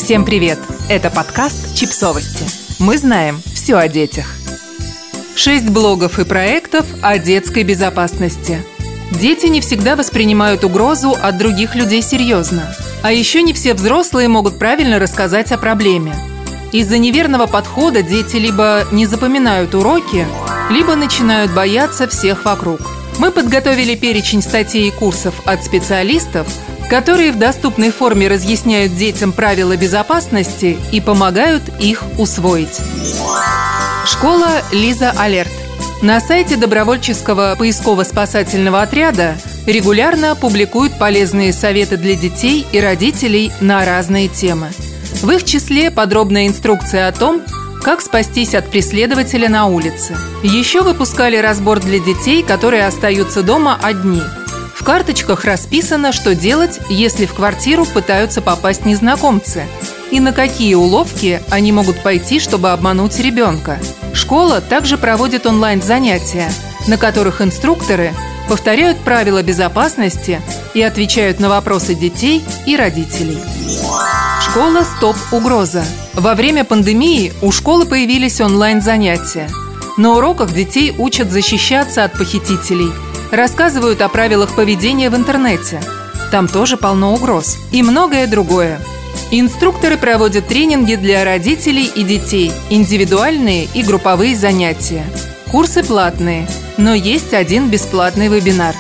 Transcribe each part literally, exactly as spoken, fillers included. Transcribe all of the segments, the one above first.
Всем привет! Это подкаст «Чипсовости». Мы знаем все о детях. Шесть блогов и проектов о детской безопасности. Дети не всегда воспринимают угрозу от других людей серьезно. А еще не все взрослые могут правильно рассказать о проблеме. Из-за неверного подхода дети либо не запоминают уроки, либо начинают бояться всех вокруг. Мы подготовили перечень статей и курсов от специалистов, которые в доступной форме разъясняют детям правила безопасности и помогают их усвоить. Школа Лиза Алерт. На сайте добровольческого поисково-спасательного отряда регулярно публикуют полезные советы для детей и родителей на разные темы. В их числе подробная инструкция о том, как спастись от преследователя на улице. Еще выпускали разбор для детей, которые остаются дома одни. В карточках расписано, что делать, если в квартиру пытаются попасть незнакомцы, и на какие уловки они могут пойти, чтобы обмануть ребенка. Школа также проводит онлайн-занятия, на которых инструкторы повторяют правила безопасности и отвечают на вопросы детей и родителей. Школа «Стоп! Угроза». Во время пандемии у школы появились онлайн-занятия. На уроках детей учат защищаться от похитителей, рассказывают о правилах поведения в интернете. Там тоже полно угроз. И многое другое. Инструкторы проводят тренинги для родителей и детей, индивидуальные и групповые занятия. Курсы платные, но есть один бесплатный вебинар.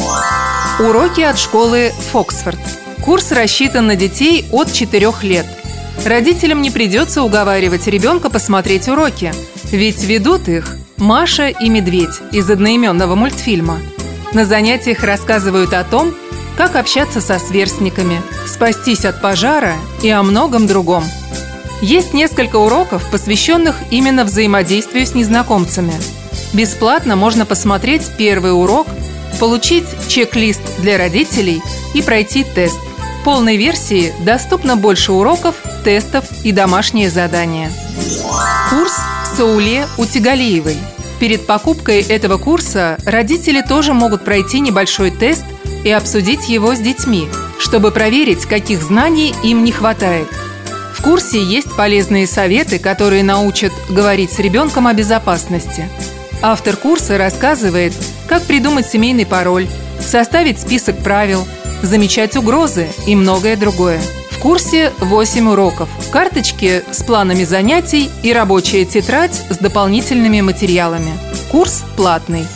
Уроки от школы «Фоксфорд». Курс рассчитан на детей от четырёх лет. Родителям не придется уговаривать ребенка посмотреть уроки, ведь ведут их Маша и Медведь из одноименного мультфильма. На занятиях рассказывают о том, как общаться со сверстниками, спастись от пожара и о многом другом. Есть несколько уроков, посвященных именно взаимодействию с незнакомцами. Бесплатно можно посмотреть первый урок, получить чек-лист для родителей и пройти тест. В полной версии доступно больше уроков, тестов и домашние задания. Курс Сауле Утигалиевой. Перед покупкой этого курса родители тоже могут пройти небольшой тест и обсудить его с детьми, чтобы проверить, каких знаний им не хватает. В курсе есть полезные советы, которые научат говорить с ребенком о безопасности. Автор курса рассказывает, как придумать семейный пароль, составить список правил, замечать угрозы и многое другое. В курсе восемь уроков, карточки с планами занятий и рабочая тетрадь с дополнительными материалами. Курс платный.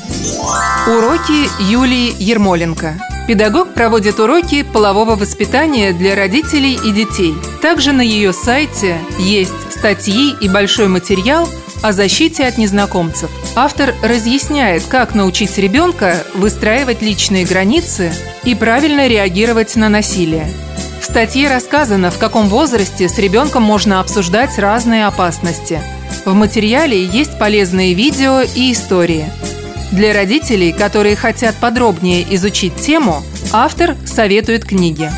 Уроки Юлии Ермоленко. Педагог проводит уроки полового воспитания для родителей и детей. Также на ее сайте есть статьи и большой материал о защите от незнакомцев. Автор разъясняет, как научить ребенка выстраивать личные границы и правильно реагировать на насилие. В статье рассказано, в каком возрасте с ребенком можно обсуждать разные опасности. В материале есть полезные видео и истории. Для родителей, которые хотят подробнее изучить тему, автор советует книги.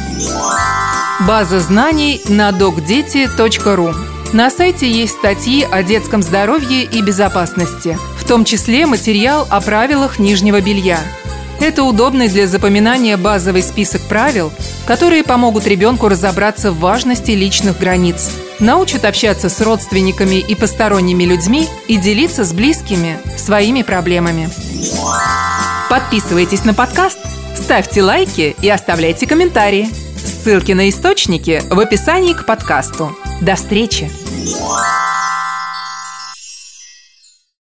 База знаний на докдети точка ру. На сайте есть статьи о детском здоровье и безопасности, в том числе материал о правилах нижнего белья. Это удобный для запоминания базовый список правил, которые помогут ребенку разобраться в важности личных границ, научат общаться с родственниками и посторонними людьми и делиться с близкими своими проблемами. Подписывайтесь на подкаст, ставьте лайки и оставляйте комментарии. Ссылки на источники в описании к подкасту. До встречи!